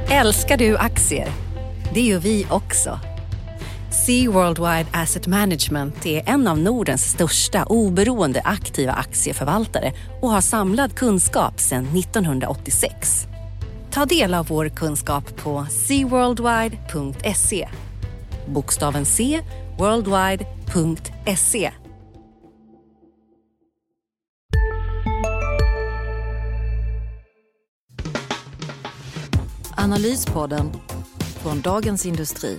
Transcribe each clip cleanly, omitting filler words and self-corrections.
Älskar du aktier? Det gör vi också. Sea Worldwide Asset Management är en av Nordens största oberoende aktiva aktieförvaltare och har samlad kunskap sedan 1986. Ta del av vår kunskap på seaworldwide.se. Bokstaven C, worldwide.se. Analyspodden från Dagens Industri.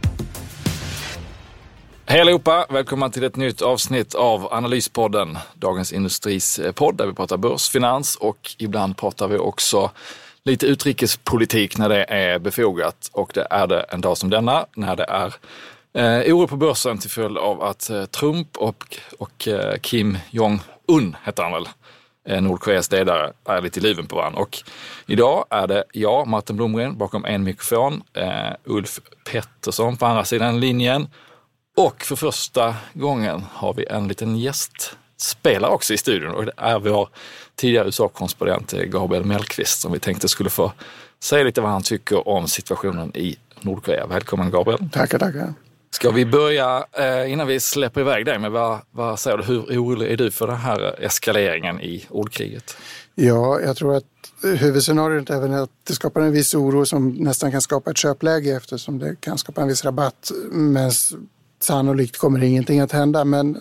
Hej allihopa, välkomna till ett nytt avsnitt av Analyspodden, Dagens Industris podd där vi pratar börsfinans och ibland pratar vi också lite utrikespolitik när det är befogat, och det är det en dag som denna när det är oro på börsen till följd av att Trump och Kim Jong-Un heter han väl, Nordkoreas ledare, är lite i luven på varandra. Och idag är det jag, Martin Blomgren, bakom en mikrofon, Ulf Pettersson på andra sidan linjen, och för första gången har vi en liten gästspelare också i studion, och det är vår tidigare USA-korrespondent Gabriel Mellqvist som vi tänkte skulle få säga lite vad han tycker om situationen i Nordkorea. Välkommen Gabriel. Tackar. Ska vi börja innan vi släpper iväg dig med vad säger du, hur orolig är du för den här eskaleringen i ordkriget? Ja, jag tror att huvudscenariot är väl att det skapar en viss oro som nästan kan skapa ett köpläge eftersom det kan skapa en viss rabatt, men sannolikt kommer ingenting att hända. Men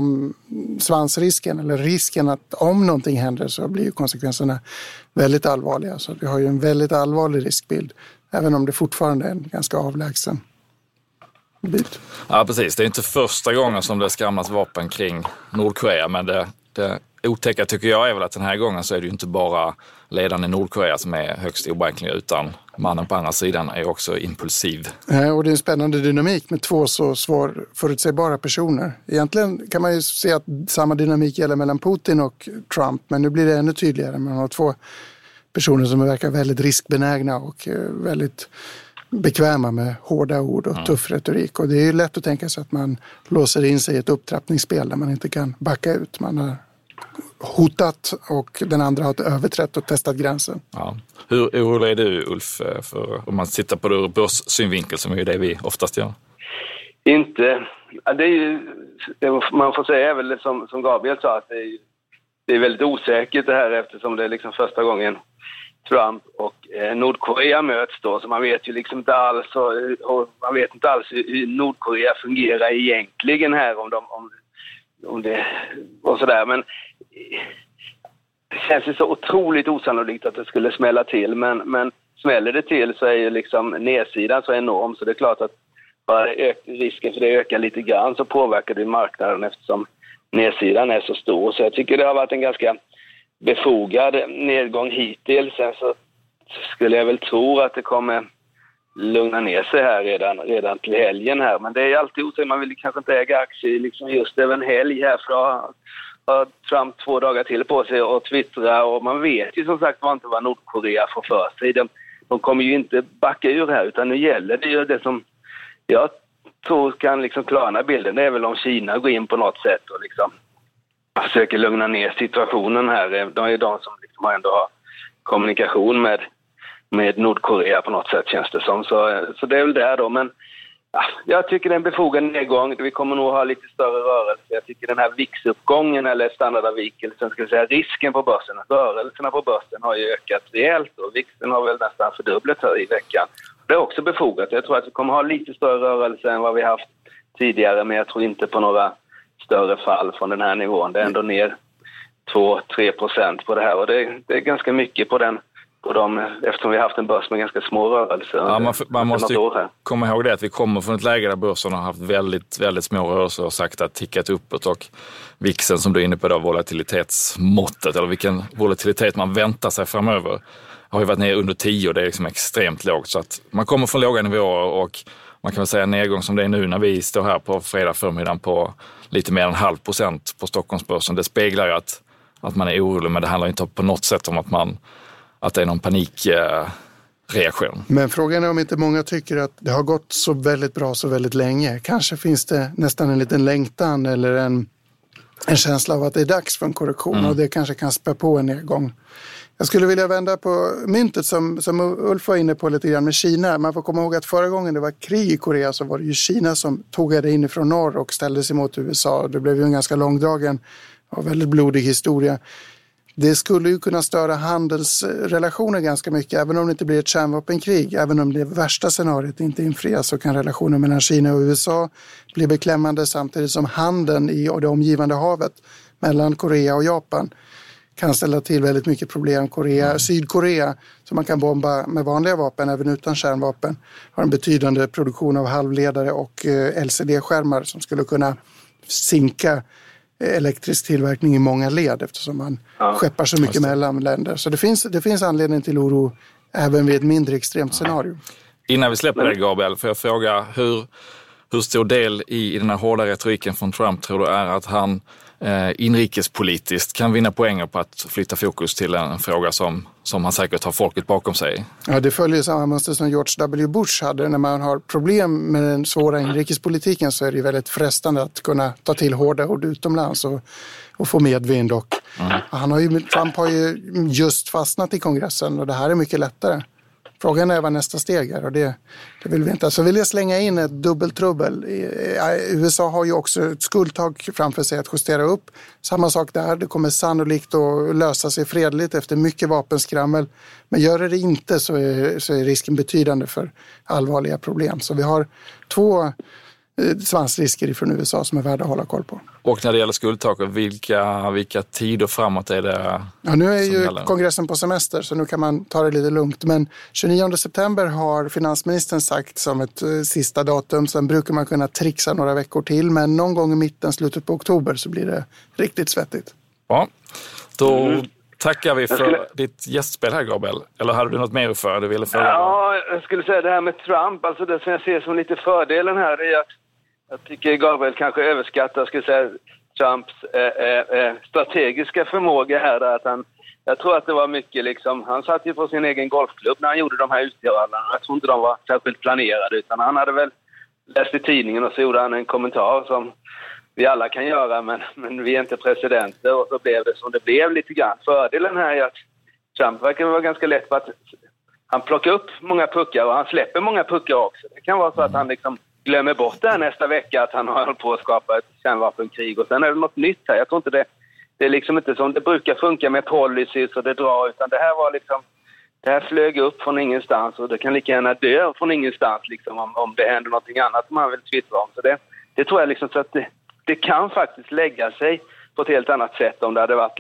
svansrisken eller risken att om någonting händer så blir ju konsekvenserna väldigt allvarliga. Så vi har ju en väldigt allvarlig riskbild, även om det fortfarande är en ganska avlägsen bit. Ja, precis. Det är inte första gången som det skramlas vapen kring Nordkorea, men det otäcka tycker jag är väl att den här gången så är det ju inte bara ledaren i Nordkorea som är högst oberäknelig, utan mannen på andra sidan är också impulsiv. Och det är en spännande dynamik med två så förutsägbara personer. Egentligen kan man ju se att samma dynamik gäller mellan Putin och Trump, men nu blir det ännu tydligare. Man har två personer som verkar väldigt riskbenägna och väldigt bekväma med hårda ord och tuff retorik. Och det är ju lätt att tänka sig att man låser in sig i ett upptrappningsspel där man inte kan backa ut. Man har hotat och den andra har överträtt och testat gränsen. Ja. Hur orolig är du, Ulf, för om man tittar på det ur börssynvinkel, som är det vi oftast gör? Inte. Det är ju, man får säga väl som Gabriel sa, att det är väldigt osäkert det här, eftersom det är liksom första gången Trump och Nordkorea möts då, så man vet ju liksom inte alls och man vet inte alls hur Nordkorea fungerar egentligen här, om det och sådär, men det känns ju så otroligt osannolikt att det skulle smälla till, men smäller det till så är ju liksom nedsidan så enorm, så det är klart att bara risken för det ökar lite grann så påverkar det marknaden eftersom nedsidan är så stor. Så jag tycker det har varit en ganska befogad nedgång hittills. Sen så skulle jag väl tro att det kommer lugna ner sig här redan till helgen här. Men det är alltid osäkert, man vill kanske inte äga aktier liksom just över en helg här, för då har Trump 2 dagar till på sig och twittra, och man vet ju som sagt inte vad Nordkorea får för sig. De kommer ju inte backa ur här, utan nu gäller det ju det som jag tror kan liksom klarna bilden. Det är väl om Kina går in på något sätt och liksom försöker lugna ner situationen här. De är ju de som liksom ändå har kommunikation med Nordkorea på något sätt, känns det som. Så det är väl där då. Men ja, jag tycker det är en befogad nedgång. Vi kommer nog ha lite större rörelse. Jag tycker den här VIX-uppgången eller standardavvikelsen, ska jag säga, risken på börsen, rörelserna på börsen har ju ökat rejält, och VIXen har väl nästan fördubblats här i veckan. Det är också befogat. Jag tror att vi kommer ha lite större rörelse än vad vi haft tidigare, men jag tror inte på några större fall från den här nivån. Det är ändå ner 2-3% på det här, och det är ganska mycket på dem, eftersom vi har haft en börs med ganska små rörelser. Ja, man måste komma ihåg det att vi kommer från ett läge där börsen har haft väldigt, väldigt små rörelser och sagt att tickat uppåt, och VIXen som du är inne på då, volatilitetsmåttet, eller vilken volatilitet man väntar sig framöver, har ju varit ner under 10, och det är liksom extremt lågt. Så att man kommer från låga nivåer, och man kan väl säga en nedgång som det är nu när vi står här på fredag förmiddagen på lite mer än 0,5% på Stockholmsbörsen. Det speglar ju att man är orolig, men det handlar inte på något sätt om att det är någon panikreaktion. Men frågan är om inte många tycker att det har gått så väldigt bra så väldigt länge. Kanske finns det nästan en liten längtan eller en känsla av att det är dags för en korrektion, och det kanske kan spä på en nedgång Jag skulle vilja vända på myntet som Ulf var inne på lite grann med Kina. Man får komma ihåg att förra gången det var krig i Korea så var det ju Kina som tågade in ifrån norr och ställde sig mot USA. Det blev ju en ganska långdragen och väldigt blodig historia. Det skulle ju kunna störa handelsrelationer ganska mycket, även om det inte blir ett kärnvapenkrig. Även om det värsta scenariot inte infrias så kan relationen mellan Kina och USA bli beklämmande samtidigt som handeln i det omgivande havet mellan Korea och Japan kan ställa till väldigt mycket problem. Sydkorea, som man kan bomba med vanliga vapen även utan kärnvapen, har en betydande produktion av halvledare och LCD-skärmar som skulle kunna sinka elektrisk tillverkning i många led eftersom man skeppar så mycket mellan länder. Så det finns anledning till oro även vid ett mindre extremt scenario. Innan vi släpper det, Gabriel, får jag fråga hur stor del i den här hårda retoriken från Trump tror du är att han inrikespolitiskt kan vinna poänger på att flytta fokus till en fråga som han säkert har folket bakom sig? Ja, det följer samma mönster som George W. Bush hade. När man har problem med den svåra inrikespolitiken så är det väldigt frestande att kunna ta till hårda ord utomlands och få medvind. Trump har ju just fastnat i kongressen och det här är mycket lättare. Frågan är vad nästa steg är och det vill vi inte. Så vill jag slänga in ett dubbeltrubbel. USA har ju också ett skuldtag framför sig att justera upp. Samma sak där. Det kommer sannolikt att lösa sig fredligt efter mycket vapenskrammel. Men gör det inte så är risken betydande för allvarliga problem. Så vi har 2 svansrisker från USA som är värda att hålla koll på. Och när det gäller skuldtaket, vilka tider framåt är det? Ja, nu är ju kongressen på semester så nu kan man ta det lite lugnt. Men 29 september har finansministern sagt som ett sista datum. Sen brukar man kunna trixa några veckor till. Men någon gång i mitten, slutet på oktober så blir det riktigt svettigt. Ja, då tackar vi för ditt gästspel här, Gabriel. Eller hade du något mer för du ville fråga? Ja, jag skulle säga det här med Trump. Alltså det som jag ser som lite fördelen här är att jag tycker Gabriel kanske överskattar Trumps strategiska förmåga här. Att jag tror att det var mycket han satt ju på sin egen golfklubb när han gjorde de här uttalandena. Jag tror inte de var särskilt planerade utan han hade väl läst i tidningen och så gjorde han en kommentar som vi alla kan göra men vi är inte presidenter och så blev det som det blev lite grann. Fördelen här är att Trump verkar vara ganska lätt på att han plockar upp många puckar och han släpper många puckar också. Det kan vara så att han glömmer bort det här nästa vecka att han har hållit på att skapa ett kärnvapenkrig och sen är det något nytt här. Jag tror inte det är inte som det brukar funka med policies och det drar utan det här var det här flög upp från ingenstans och det kan lika gärna dö från ingenstans om det händer någonting annat som man vill twittra om. Så det tror jag så att det kan faktiskt lägga sig på ett helt annat sätt om det hade varit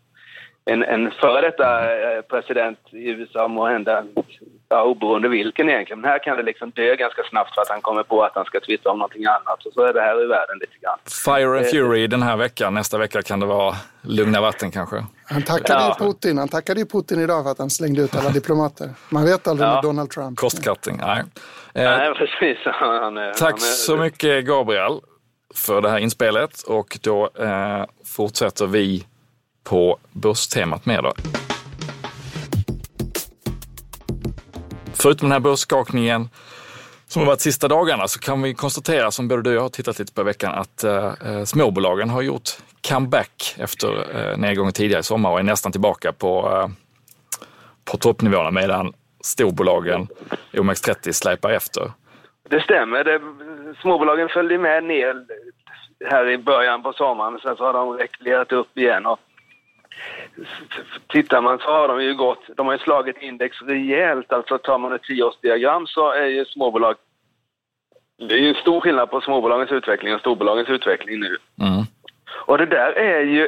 en före detta president i USA må hända oberoende vilken egentligen. Men här kan det dö ganska snabbt för att han kommer på att han ska twittra om någonting annat. Och så är det här i världen lite grann. Fire and Fury den här veckan. Nästa vecka kan det vara lugna vatten kanske. Han tackade ju Putin idag för att han slängde ut alla diplomater. Man vet aldrig med Donald Trump. Cost-cutting, nej. Nej, precis. Tack så mycket, Gabriel, för det här inspelet. Och då fortsätter vi på börstemat med då. Förutom den här börsskakningen som har varit sista dagarna så kan vi konstatera, som både du och jag har tittat lite på veckan, att småbolagen har gjort comeback efter nedgången tidigare i sommar och är nästan tillbaka på toppnivåerna medan storbolagen OMX30 släpar efter. Det stämmer. Småbolagen följde med ner här i början på sommaren sen så har de reklerat upp igen och tittar man så har de har ju slagit index rejält. Alltså tar man ett 10-årsdiagram så är ju småbolag, det är ju stor skillnad på småbolagens utveckling och storbolagens utveckling nu. Och det där är ju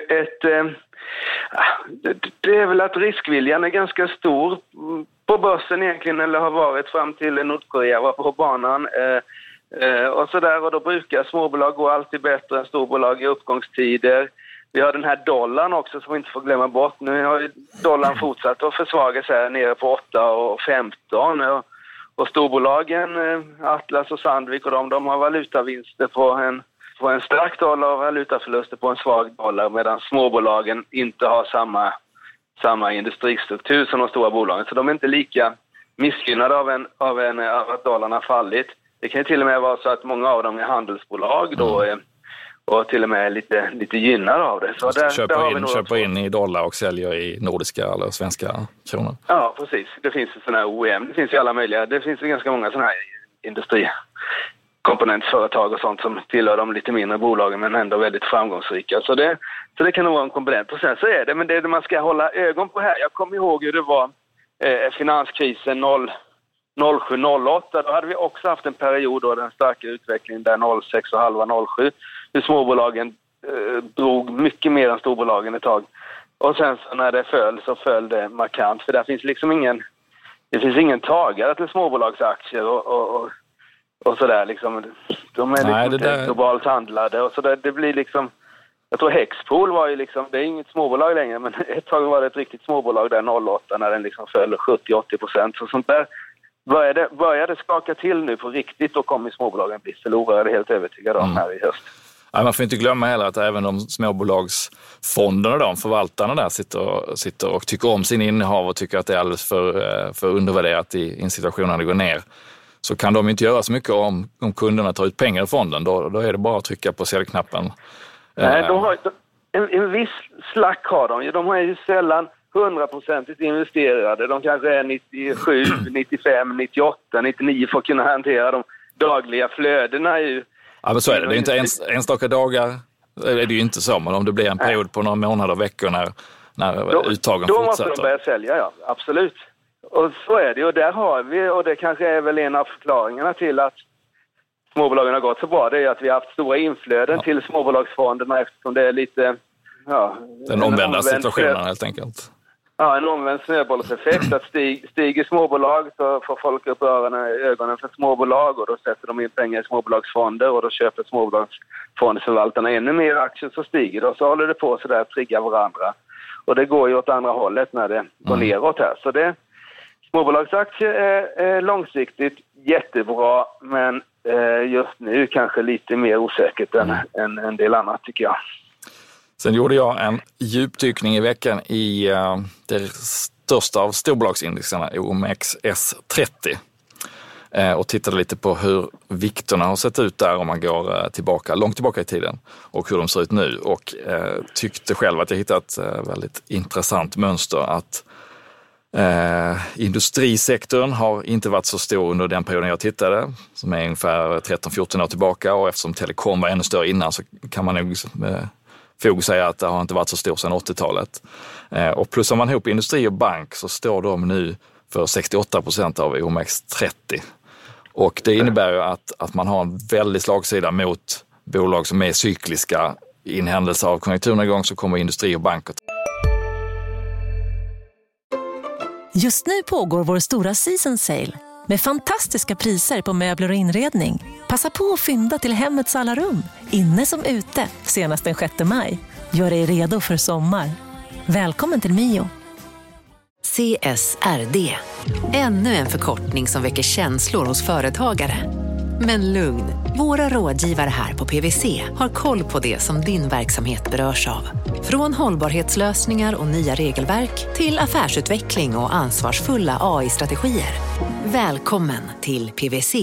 det är väl att riskviljan är ganska stor på börsen egentligen, eller har varit fram till Nordkorea var på banan och sådär, och då brukar småbolag gå alltid bättre än storbolag i uppgångstider. Vi har den här dollarn också som vi inte får glömma bort. Nu har ju dollarn fortsatt att försvaga sig nere på 8,15 och storbolagen Atlas och Sandvik och de har valutavinster på en stark dollar och valutaförluster på en svag dollar, medan småbolagen inte har samma industristruktur som de stora bolagen. Så de är inte lika missgynnade av att dollarn har fallit. Det kan ju till och med vara så att många av dem är handelsbolag då och till och med lite gynnad av det. Så köper in i dollar och säljer i nordiska eller svenska kronor. Ja, precis. Det finns ju sådana här OEM. Det finns ju alla möjliga. Det finns ju ganska många sådana här industrikomponentföretag och sånt som tillhör de lite mindre bolagen men ändå väldigt framgångsrika. Så det kan nog vara en komponent. Och sen så är det, men det man ska hålla ögon på här. Jag kommer ihåg hur det var finanskrisen 07-08. Då hade vi också haft en period då den starka utvecklingen där 06 och halva 07. Hur småbolagen drog mycket mer än storbolagen ett tag. Och sen så när det föll det markant. För där finns liksom ingen tagare till småbolagsaktier och sådär liksom. De är liksom globalt handlade och sådär. Det blir liksom, jag tror Hexpool var ju liksom, det är inget småbolag längre, men ett tag var det ett riktigt småbolag där 08 när den liksom föll 70-80%. Så sånt där började skaka till nu på riktigt och kommer småbolagen bli förlorade, helt övertygad om här i höst. Ja, man får inte glömma heller att även de småbolagsfonderna, de förvaltarna där sitter och tycker om sin innehav och tycker att det är alldeles för undervärderat i en situation när det går ner. Så kan de inte göra så mycket om kunderna tar ut pengar i fonden. Då är det bara att trycka på säljknappen. Nej, de har en viss slack har de. De är ju sällan 100% investerade. De kanske är 97, 95, 98, 99 för att kunna hantera de dagliga flödena. Ja, men så är det. Det är inte enstaka dagar. Är det ju inte så, men om det blir en period på några månader och veckor när uttagen då fortsätter. Då måste de börja sälja, ja. Absolut. Och så är det. Och där har vi, och det kanske är väl en av förklaringarna till att småbolagen har gått så bra. Det är att vi har haft stora inflöden till småbolagsfonderna eftersom det är lite... Ja, den omvända situationen helt enkelt. Ja, en omvänd snöbollseffekt. Att stiger småbolag så får folk upp ögonen för småbolag och då sätter de in pengar i småbolagsfonder och då köper småbolagsfondsförvaltarna ännu mer aktier så stiger det och så håller det på så där att trigga varandra. Och det går ju åt andra hållet när det går neråt här. Så småbolagsaktier är långsiktigt jättebra men just nu kanske lite mer osäkert än en del annat tycker jag. Sen gjorde jag en djupdykning i veckan i det största av storbolagsindexerna, OMXS30. Och tittade lite på hur vikterna har sett ut där om man går långt tillbaka i tiden och hur de ser ut nu. Och tyckte själv att jag hittat ett väldigt intressant mönster att industrisektorn har inte varit så stor under den perioden jag tittade, som är ungefär 13-14 år tillbaka, och eftersom telekom var ännu större innan så kan man nog fog säga att det har inte varit så stor sedan 80-talet. Och plussar man ihop industri och bank så står de nu för 68% av OMX30. Och det innebär ju att man har en väldig slagsida mot bolag som är cykliska. I en händelse av konjunkturnedgång så kommer industri och bank. Just nu pågår vår stora season sale med fantastiska priser på möbler och inredning. Passa på att fynda till hemmets alla rum, inne som ute, senast den 6 maj. Gör dig redo för sommar. Välkommen till Mio. CSRD. Ännu en förkortning som väcker känslor hos företagare. Men lugn, våra rådgivare här på PwC har koll på det som din verksamhet berörs av. Från hållbarhetslösningar och nya regelverk till affärsutveckling och ansvarsfulla AI-strategier. Välkommen till PwC.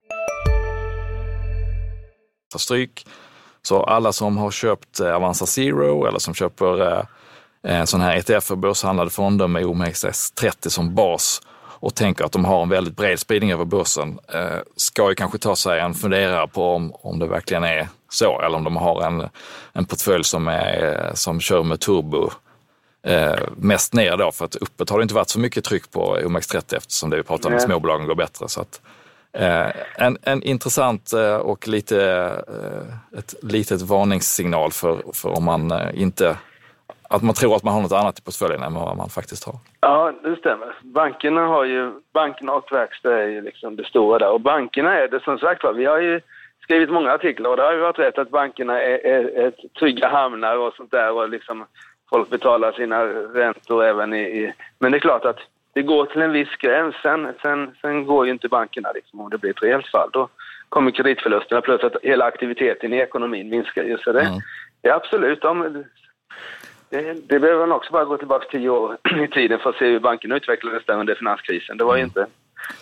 Stryk. Så alla som har köpt Avanza Zero eller som köper sån här ETF för börshandlade fonder med OMXS30 som bas och tänker att de har en väldigt bred spridning över börsen, ska ju kanske ta sig en funderare på om det verkligen är så, eller om de har en portfölj som kör med turbo mest ner då, för att uppåt har det inte varit så mycket tryck på OMX30 eftersom det vi pratar om småbolagen går bättre. Så att en intressant och ett litet varningssignal för om man inte, att man tror att man har något annat i portföljen än vad man faktiskt har. Ja, det stämmer. Bankerna och verkstad är ju liksom det stora där. Och bankerna är det som sagt, vi har ju skrivit många artiklar och det har ju varit rätt att bankerna är trygga hamnar och sånt där och liksom folk betalar sina räntor även men det är klart att det går till en viss gräns. Sen går ju inte bankerna liksom, om det blir ett rejält fall. Då kommer kreditförlusterna plus att hela aktiviteten i ekonomin minskar ju. Så det är absolut det behöver man också bara gå tillbaka 10 år i tiden för att se hur bankerna utvecklades där under finanskrisen. Det var inte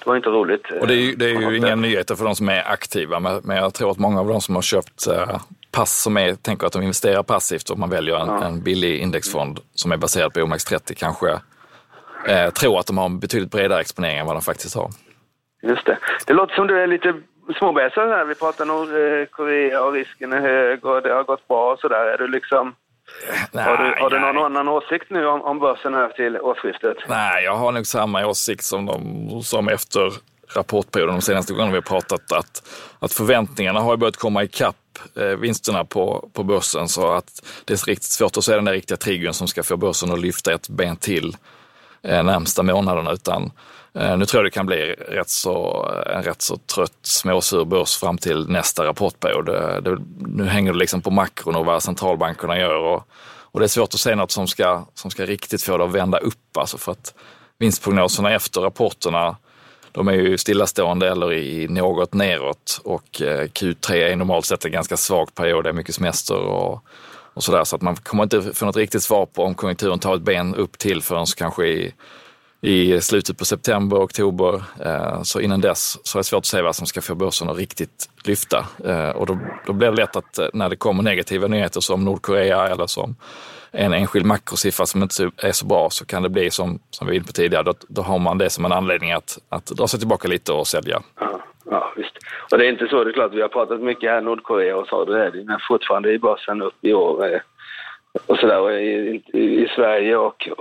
roligt. Och det är ju inga nyheter för de som är aktiva, men jag tror att många av de som har köpt pass som tänker att de investerar passivt och man väljer en billig indexfond som är baserad på OMX30 kanske tror att de har en betydligt bredare exponering än vad de faktiskt har. Just det. Det låter som du är lite småbäsare här. Vi pratar Nordkorea och risken är hög och det har gått bra och sådär. Är du liksom... Har du någon annan åsikt nu om börsen här till årsskiftet? Nej, jag har nog samma åsikt som efter rapportperioden de senaste gångerna vi har pratat att förväntningarna har börjat komma ikapp vinsterna på börsen, så att det är riktigt svårt att se den där riktiga triggern som ska få börsen att lyfta ett ben till närmsta månaderna, utan nu tror jag det kan bli en rätt så trött småsur börs fram till nästa rapportperiod. Nu hänger det liksom på makron och vad centralbankerna gör och det är svårt att se något som ska riktigt få det att vända upp, alltså för att vinstprognoserna efter rapporterna de är ju stillastående eller i något neråt och Q3 är normalt sett en ganska svag period, det är mycket semester och sådär, så att man kommer inte få något riktigt svar på om konjunkturen tar ett ben upp till förrän kanske i slutet på september, oktober, så innan dess så är det svårt att säga vad som ska få börsen att riktigt lyfta. Och då blir det lätt att när det kommer negativa nyheter som Nordkorea eller som en enskild makrosiffra som inte är så bra, så kan det bli som vi var inne på tidigare, då har man det som en anledning att dra sig tillbaka lite och sälja. Ja, visst. Och det är inte så, det är klart, vi har pratat mycket här Nordkorea och så, det är det, men fortfarande är börsen upp i år och sådär, och i Sverige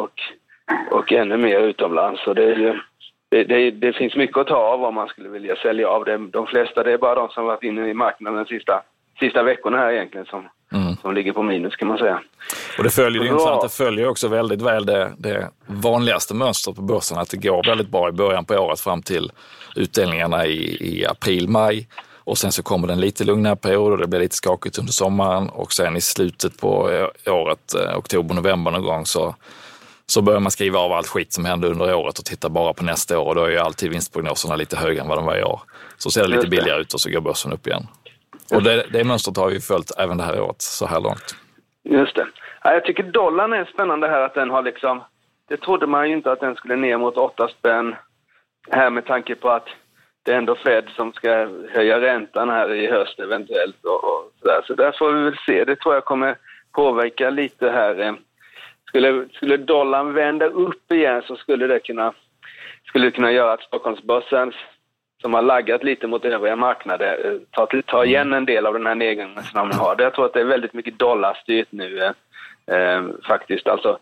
och ännu mer utomlands. Så det finns mycket att ta av om man skulle vilja sälja av det. De flesta, det är bara de som varit inne i marknaden sista veckorna här egentligen som ligger på minus, kan man säga. Och det följer också väldigt väl det vanligaste mönstret på börsen, att det går väldigt bra i början på året fram till utdelningarna i april-maj. Och sen så kommer det en lite lugnare period och det blir lite skakigt under sommaren, och sen i slutet på året, oktober-november någon gång, så börjar man skriva av allt skit som hände under året och titta bara på nästa år, och då är ju alltid vinstprognoserna lite högre än vad de var i år. Så ser det lite billigare ut och så går börsen upp igen. Och det mönstret har ju följt även det här året så här långt. Just det. Ja, jag tycker dollarn är spännande här, att den har liksom, det trodde man ju inte att den skulle ner mot 8 spänn här, med tanke på att det är ändå Fed som ska höja räntan här i höst eventuellt och sådär. Så där får vi väl se. Det tror jag kommer påverka lite här. Skulle dollarn vända upp igen så skulle det kunna göra att Stockholmsbörsen, som har laggat lite mot övriga marknader, ta igen en del av den här nedgången som man har. Jag tror att det är väldigt mycket dollarstyrt nu faktiskt. Alltså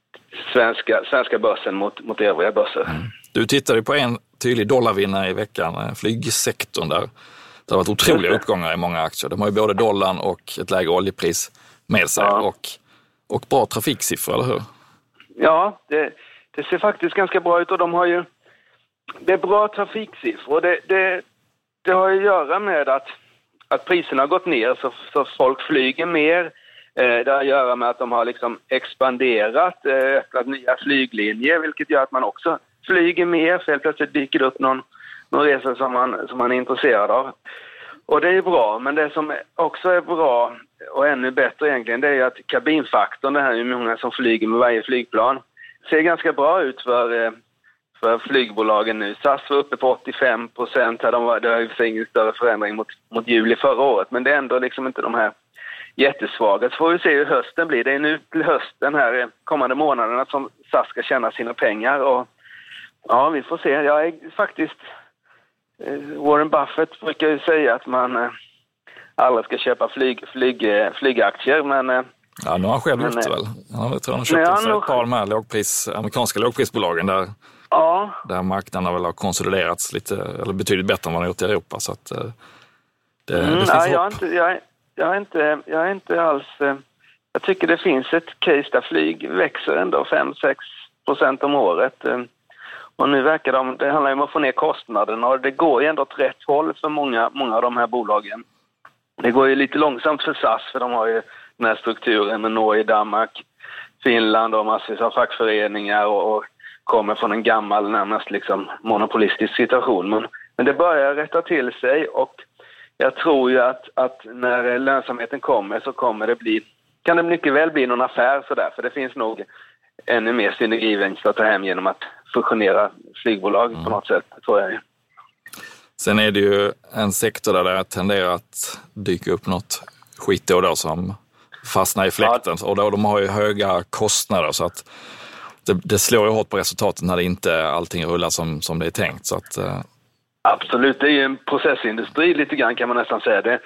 svenska börsen mot övriga börser. Du tittade på en tydlig dollarvinnare i veckan, flygsektorn där. Det har varit otroliga uppgångar i många aktier. De har ju både dollarn och ett lägre oljepris med sig och bra trafiksiffror, eller hur? Ja, det ser faktiskt ganska bra ut, och de har ju, det är bra trafiksiffror. Det har att göra med att priserna har gått ner, så folk flyger mer. Det har att göra med att de har liksom expanderat, öppnat nya flyglinjer, vilket gör att man också flyger mer, för helt plötsligt dyker det upp någon resa som man är intresserad av. Och det är bra, men det som också är bra och ännu bättre egentligen, det är att kabinfaktorn, det här är hur många som flyger med varje flygplan, ser ganska bra ut för flygbolagen nu. SAS var uppe på 85%, det var ju ingen större förändring mot juli förra året, men det är ändå liksom inte de här jättesvaga. Så får vi se hur hösten blir. Det är nu till hösten här kommande månaderna som SAS ska tjäna sina pengar, och ja, vi får se. Jag är faktiskt, Warren Buffett brukar ju säga att man aldrig ska köpa flygaktier, men ja, nu har han själv gjort det väl. Jag tror han har köpt ett par av de här amerikanska lågprisbolagen där marknaden väl har konsoliderats lite, eller betydligt bättre än vad man har gjort i Europa. Så att det finns hopp. Jag är inte alls... Jag tycker det finns ett case där flyg växer ändå 5-6% om året. Och nu verkar det handlar ju om att få ner kostnaderna, och det går ju ändå åt rätt håll för många av de här bolagen. Det går ju lite långsamt för SAS, för de har ju den här strukturen med Norge, Danmark, Finland och massvis av fackföreningar och kommer från en gammal, närmast liksom monopolistisk situation. Men det börjar rätta till sig, och jag tror ju att när lönsamheten kommer så kan det mycket väl bli någon affär sådär, för det finns nog ännu mer synergivinst att ta hem genom att fusionera flygbolag på något sätt, tror jag. Sen är det ju en sektor där det tenderar att dyka upp något skit då som fastnar i fläkten. Och då, de har ju höga kostnader så att det slår ju hårt på resultaten när det inte allting rullar som det är tänkt. Så att, Absolut, det är ju en processindustri lite grann kan man nästan säga det.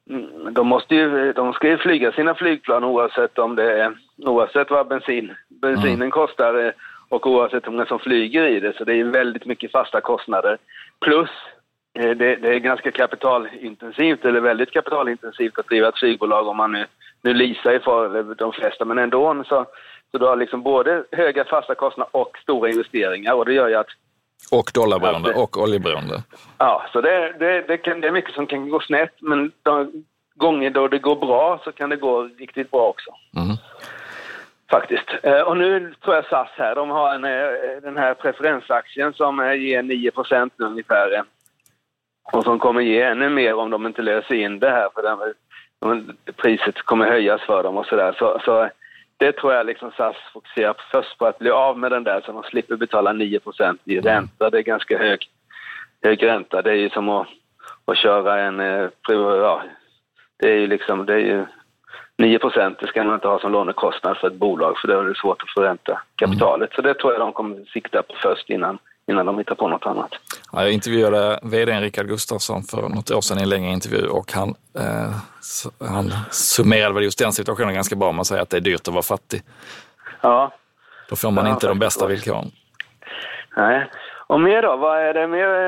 De ska ju flyga sina flygplan oavsett vad bensinen kostar och oavsett hur många som flyger i det. Så det är väldigt mycket fasta kostnader. Plus det är ganska kapitalintensivt eller väldigt kapitalintensivt att driva ett flygbolag om man nu leasar ju för de flesta. Men ändå så du har liksom både höga fasta kostnader och stora investeringar och det gör ju att och dollarberoende och oljeberoende. Ja, så det är mycket som kan gå snett, men de gånger då det går bra så kan det gå riktigt bra också. Mm. Faktiskt. Och nu tror jag SAS här, de har den här preferensaktien som ger 9% ungefär. Och som kommer ge ännu mer om de inte löser in det här, för priset kommer höjas för dem och sådär. Så det tror jag liksom SAS fokuserar först på att bli av med den där så de slipper betala 9% i ränta. Det är ganska hög ränta. Det är ju som att köra en det är ju 9%, det ska man inte ha som lånekostnad för ett bolag för då är det svårt att förränta kapitalet. Så det tror jag de kommer sikta på först innan de hittar på något annat. Ja, jag intervjuade vd:n Rickard Gustafsson för något år sedan i en längre intervju och han summerade väl just den situationen ganska bra. Man säger att det är dyrt att vara fattig. Ja. Då får man inte de bästa villkoren. Nej. Och mer då? Vad är det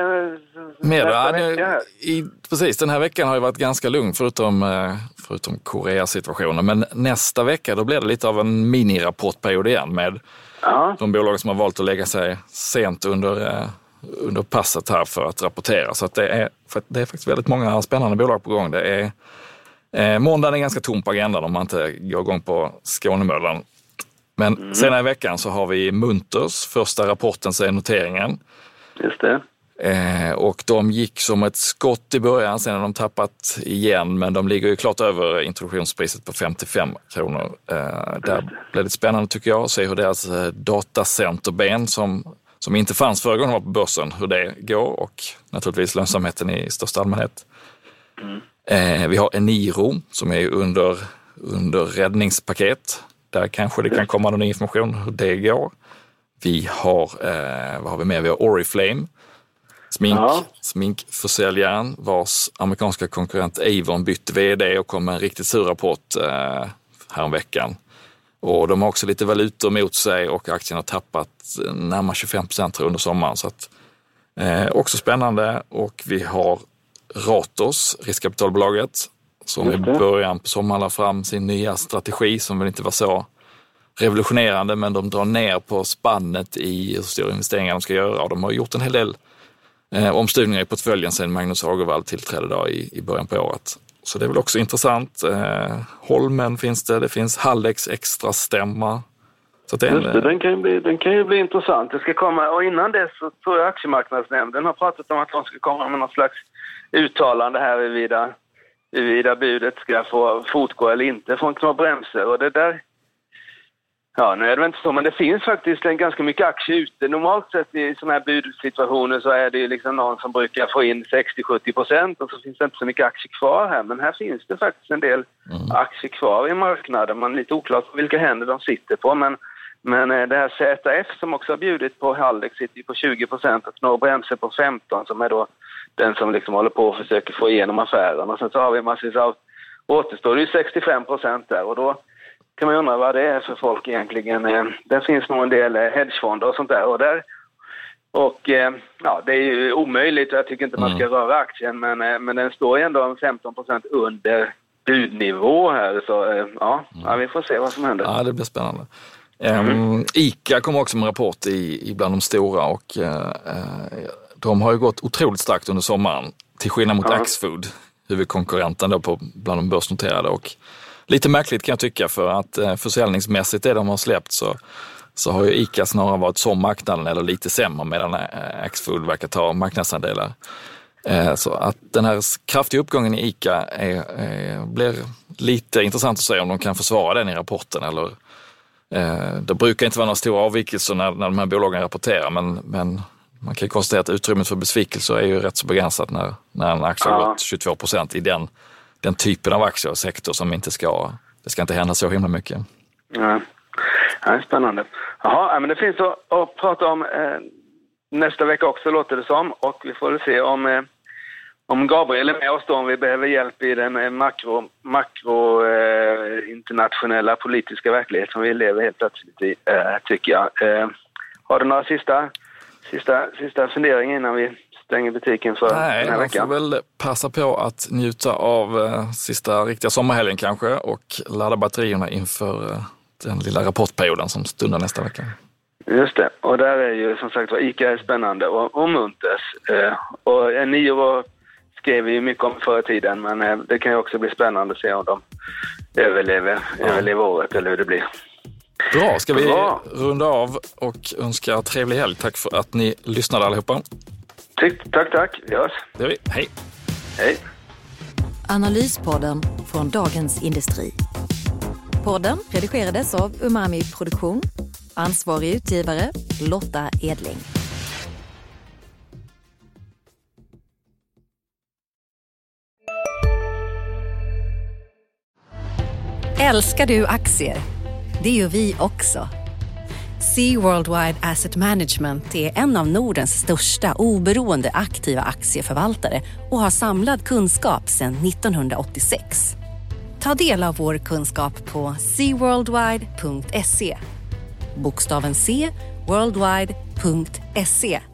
mer? Precis, den här veckan har ju varit ganska lugn förutom Korea-situationen. Men nästa vecka då blir det lite av en mini-rapportperiod igen med de bolag som har valt att lägga sig sent under passet här för att rapportera. Så att det är faktiskt väldigt många spännande bolag på gång. Det är måndagen är ganska tom på agendan om man inte går igång på Skånemöllan. Men senare i veckan så har vi Munters, första rapporten så är noteringen. Just det. Och de gick som ett skott i början, sen har de tappat igen, men de ligger ju klart över introduktionspriset på 55 kronor. Där blir det spännande tycker jag att se hur deras datacenterben som inte fanns förra gången de var på börsen, hur det går och naturligtvis lönsamheten i största allmänhet. Vi har Eniro som är under räddningspaket. Där kanske det kan komma någon information hur det går. Vi har, vad har vi med? Vi har Oriflame, sminkförsäljaren vars amerikanska konkurrent Avon bytte vd och kom med en riktigt sur rapport häromveckan. Och de har också lite valutor mot sig och aktien har tappat närmare 25% under sommaren. Så att, också spännande. Och vi har Ratos, riskkapitalbolaget, som i början på sommaren la fram sin nya strategi som väl inte var så revolutionerande, men de drar ner på spannet i hur stora investeringar de ska göra. Och de har gjort en hel del omstuvningar i portföljen sedan Magnus Agervall tillträdde då i början på året. Så det är väl också intressant. Holmen finns det finns Hallex extra stämma. Så den kan ju bli intressant. Det ska komma, och innan dess så tror jag Aktiemarknadsnämnden har pratat om att de ska komma med något slags uttalande här huruvida budet ska få fortgå eller inte från Knorr-Bremse. Och det där, ja nu är det inte så, men det finns faktiskt ganska mycket aktier ute. Normalt sett i sådana här budsituationer så är det ju liksom någon som brukar få in 60-70% och så finns det inte så mycket aktier kvar här. Men här finns det faktiskt en del aktier kvar i marknaden. Man är lite oklart på vilka händer de sitter på, men det här ZF som också har bjudit på Hallex sitter ju på 20% och Knorr-Bremse på 15% som är då den som liksom håller på och försöker få igenom affären. Och sen så har vi massvis av, återstår det ju 65% där och då kan man undra vad det är för folk egentligen. Där finns nog en del hedgefonder och sånt där och det är ju omöjligt och jag tycker inte man ska röra aktien men den står ju ändå 15% under budnivå här så vi får se vad som händer. Ja, det blir spännande. ICA kom också med en rapport i bland de stora och de har ju gått otroligt starkt under sommaren till skillnad mot Axfood, huvudkonkurrenten då bland de börsnoterade och lite märkligt kan jag tycka för att försäljningsmässigt det de har släppt så har ju ICA snarare varit som marknaden eller lite sämre medan Axfood verkar ta marknadsandelar. Så att den här kraftiga uppgången i ICA blir lite intressant att se om de kan försvara den i rapporten eller det brukar inte vara några stora avvikelser när de här bolagen rapporterar men man kan konstatera att utrymmet för besvikelser är ju rätt så begränsat när en aktie har gått 22% i den den typen av aktier och sektor som det ska inte hända så himla mycket. Ja, spännande. Jaha, men det finns att prata om nästa vecka också, låter det som. Och vi får se om Gabriel är med oss då, om vi behöver hjälp i den makro internationella politiska verklighet som vi lever helt plötsligt i, tycker jag. Har du några sista funderingar innan vi stänger butiken för den här veckan? Nej, jag får väl passa på att njuta av sista riktiga sommarhelgen kanske och ladda batterierna inför den lilla rapportperioden som stundar nästa vecka. Just det, och där är ju som sagt vad ICA är spännande och Munters. Och Eniro skrev vi ju mycket om förra tiden, men det kan ju också bli spännande att se om de överlever året eller hur det blir. Bra, ska vi runda av och önska trevlig helg. Tack för att ni lyssnade allihopa. Tack. Vi hörs. Det gör vi. Hej. Hej. Analyspodden från Dagens Industri. Podden redigerades av Umami Produktion. Ansvarig utgivare Lotta Edling. Älskar du aktier? Det gör vi också. Sea Worldwide Asset Management är en av Nordens största oberoende aktiva aktieförvaltare och har samlad kunskap sedan 1986. Ta del av vår kunskap på seaworldwide.se. Bokstaven C, worldwide.se.